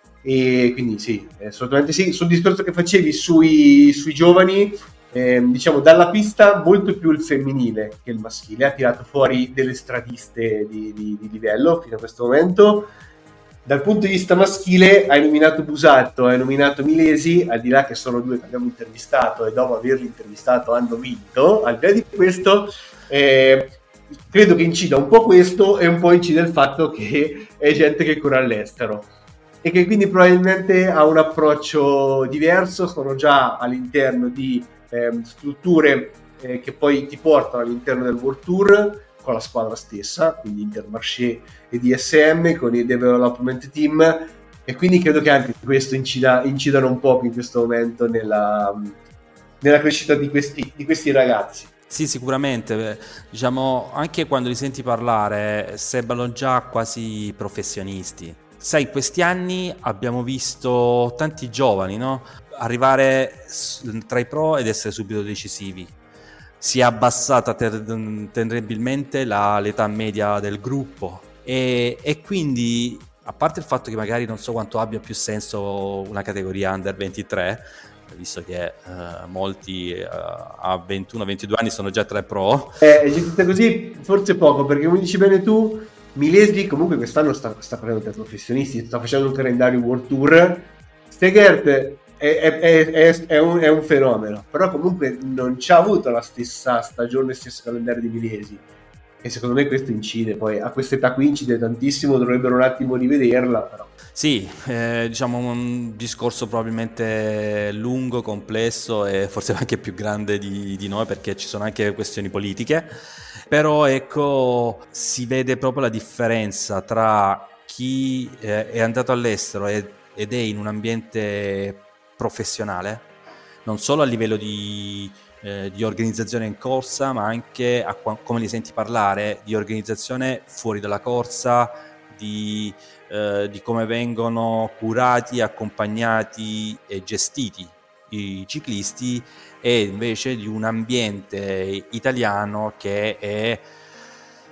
e quindi sì, assolutamente sì. Sul discorso che facevi sui, sui giovani, Eh, diciamo dalla pista molto più il femminile che il maschile ha tirato fuori delle stradiste di, di, di livello fino a questo momento. Dal punto di vista maschile ha nominato Busatto, ha nominato Milesi, al di là che sono due che abbiamo intervistato e dopo averli intervistato hanno vinto, al di là di questo eh, credo che incida un po' questo e un po' incide il fatto che è gente che corre all'estero e che quindi probabilmente ha un approccio diverso, sono già all'interno di Eh, strutture eh, che poi ti portano all'interno del World Tour con la squadra stessa, quindi Intermarché e D S M con i Development Team, e quindi credo che anche questo incida, incidano un po' in questo momento nella, nella crescita di questi, di questi ragazzi. Sì, sicuramente, diciamo, anche quando li senti parlare sembrano già quasi professionisti. Sai, in questi anni abbiamo visto tanti giovani, no? Arrivare tra i pro ed essere subito decisivi. Si è abbassata ter- terribilmente la, l'età media del gruppo e, e quindi, a parte il fatto che magari non so quanto abbia più senso una categoria under ventitré, visto che uh, molti uh, a ventuno ventidue anni sono già tra i pro. Eh, è gestita così forse poco, perché come dici bene tu, Milesi comunque quest'anno sta, sta prendendo tra professionisti, sta facendo un calendario World Tour. Stegert È, è, è, è, un, è un fenomeno, però comunque non ci ha avuto la stessa stagione, lo stesso calendario di Milesi, e secondo me questo incide, poi a quest'età qui incide tantissimo, dovrebbero un attimo rivederla, però. Sì, eh, diciamo un discorso probabilmente lungo, complesso e forse anche più grande di, di noi, perché ci sono anche questioni politiche, però ecco, si vede proprio la differenza tra chi eh, è andato all'estero ed, ed è in un ambiente professionale, non solo a livello di, eh, di organizzazione in corsa, ma anche a qua, come li senti parlare, di organizzazione fuori dalla corsa, di, eh, di come vengono curati, accompagnati e gestiti i ciclisti, e invece di un ambiente italiano che è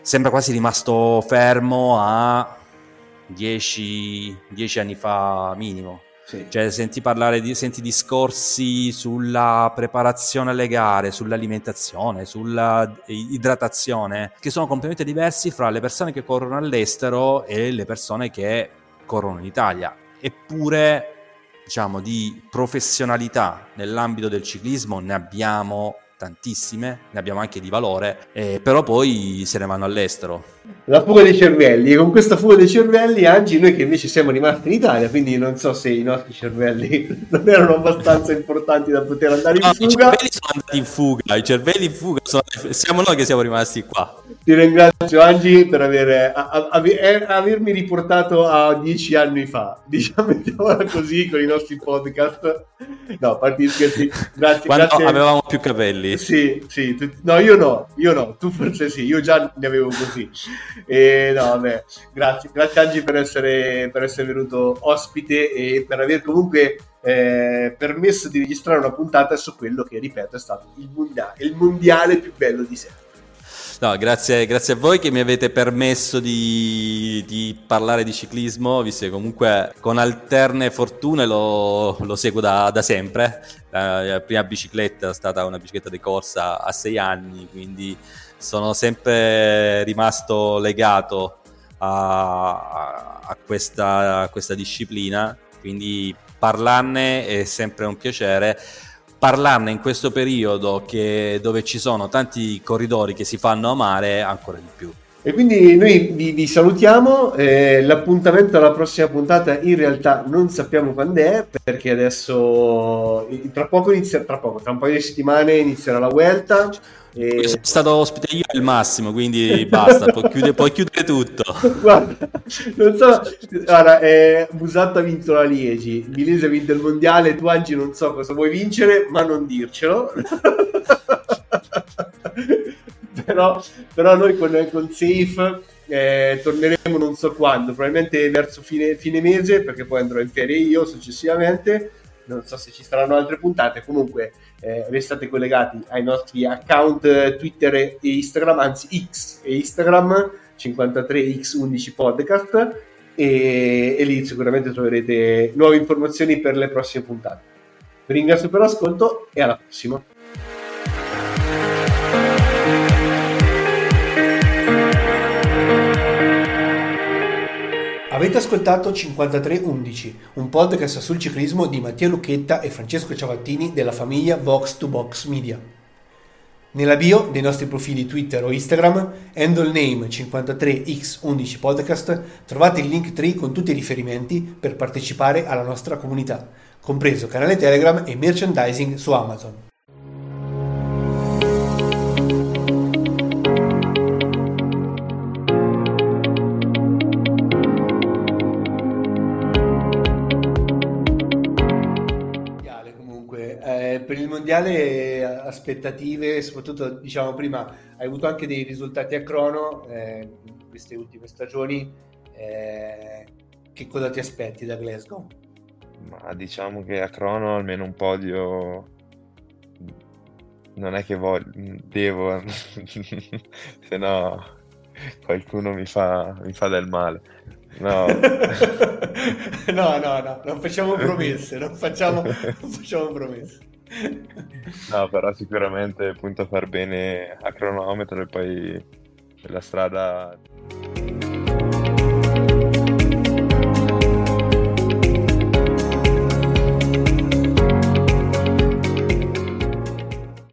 sembra quasi rimasto fermo a dieci anni fa minimo. Sì. Cioè senti parlare di, senti discorsi sulla preparazione alle gare, sull'alimentazione, sulla idratazione, che sono completamente diversi fra le persone che corrono all'estero e le persone che corrono in Italia. Eppure, diciamo, di professionalità nell'ambito del ciclismo ne abbiamo tantissime, ne abbiamo anche di valore, eh, però poi se ne vanno all'estero. La fuga dei cervelli, e con questa fuga dei cervelli, Angi, noi che invece siamo rimasti in Italia, quindi non so se i nostri cervelli non erano abbastanza importanti da poter andare in no, fuga. I cervelli sono andati in fuga, i cervelli in fuga, sono, siamo noi che siamo rimasti qua. Ti ringrazio, Angi, per aver, a, a, a, avermi riportato a dieci anni fa, diciamo, mettiamola così, con i nostri podcast. No, a parte gli scherzi, grazie. Quando grazie. avevamo più capelli. Sì, sì, tu, no, io no, io no, tu forse sì, io già ne avevo così. E no, vabbè, grazie, grazie Angi per essere, per essere venuto ospite e per aver comunque eh, permesso di registrare una puntata su quello che, ripeto, è stato il mondiale, il mondiale più bello di sempre. No, grazie, grazie a voi che mi avete permesso di, di parlare di ciclismo, visto che comunque con alterne fortune lo, lo seguo da, da sempre. La prima bicicletta è stata una bicicletta di corsa a sei anni, quindi sono sempre rimasto legato a, a, questa, a questa disciplina, quindi parlarne è sempre un piacere. Parlarne in questo periodo che, dove ci sono tanti corridori che si fanno amare ancora di più. E quindi noi vi, vi salutiamo, eh, l'appuntamento alla prossima puntata in realtà non sappiamo quando è, perché adesso tra poco inizia, tra poco, tra un paio di settimane inizierà la Vuelta. E... Sono stato ospite io al massimo, quindi basta, puoi chiudere, puoi chiudere tutto. Guarda, non so, guarda, eh, Musatta ha vinto la Liegi, Milese ha vinto il mondiale, tu Angi non so cosa vuoi vincere, ma non dircelo. però, però noi con, con Safe eh, torneremo non so quando, probabilmente verso fine, fine mese, perché poi andrò in ferie io successivamente. Non so se ci saranno altre puntate, comunque eh, restate collegati ai nostri account Twitter e Instagram, anzi X e Instagram, cinquantatré X undici podcast, e, e lì sicuramente troverete nuove informazioni per le prossime puntate. Vi ringrazio per l'ascolto e alla prossima. Avete ascoltato cinquantatré undici, un podcast sul ciclismo di Mattia Lucchetta e Francesco Ciavattini della famiglia Box to Box Media. Nella bio dei nostri profili Twitter o Instagram, handle name cinquantatré X undici podcast, trovate il link tree con tutti i riferimenti per partecipare alla nostra comunità, compreso canale Telegram e merchandising su Amazon. Per il mondiale aspettative, soprattutto diciamo prima hai avuto anche dei risultati a crono eh, in queste ultime stagioni, eh, che cosa ti aspetti da Glasgow? Ma diciamo che a crono almeno un podio non è che voglio, devo, se no qualcuno mi fa, mi fa del male. No. no, no, no, non facciamo promesse, non facciamo, non facciamo promesse. No, però sicuramente punto a far bene a cronometro e poi la strada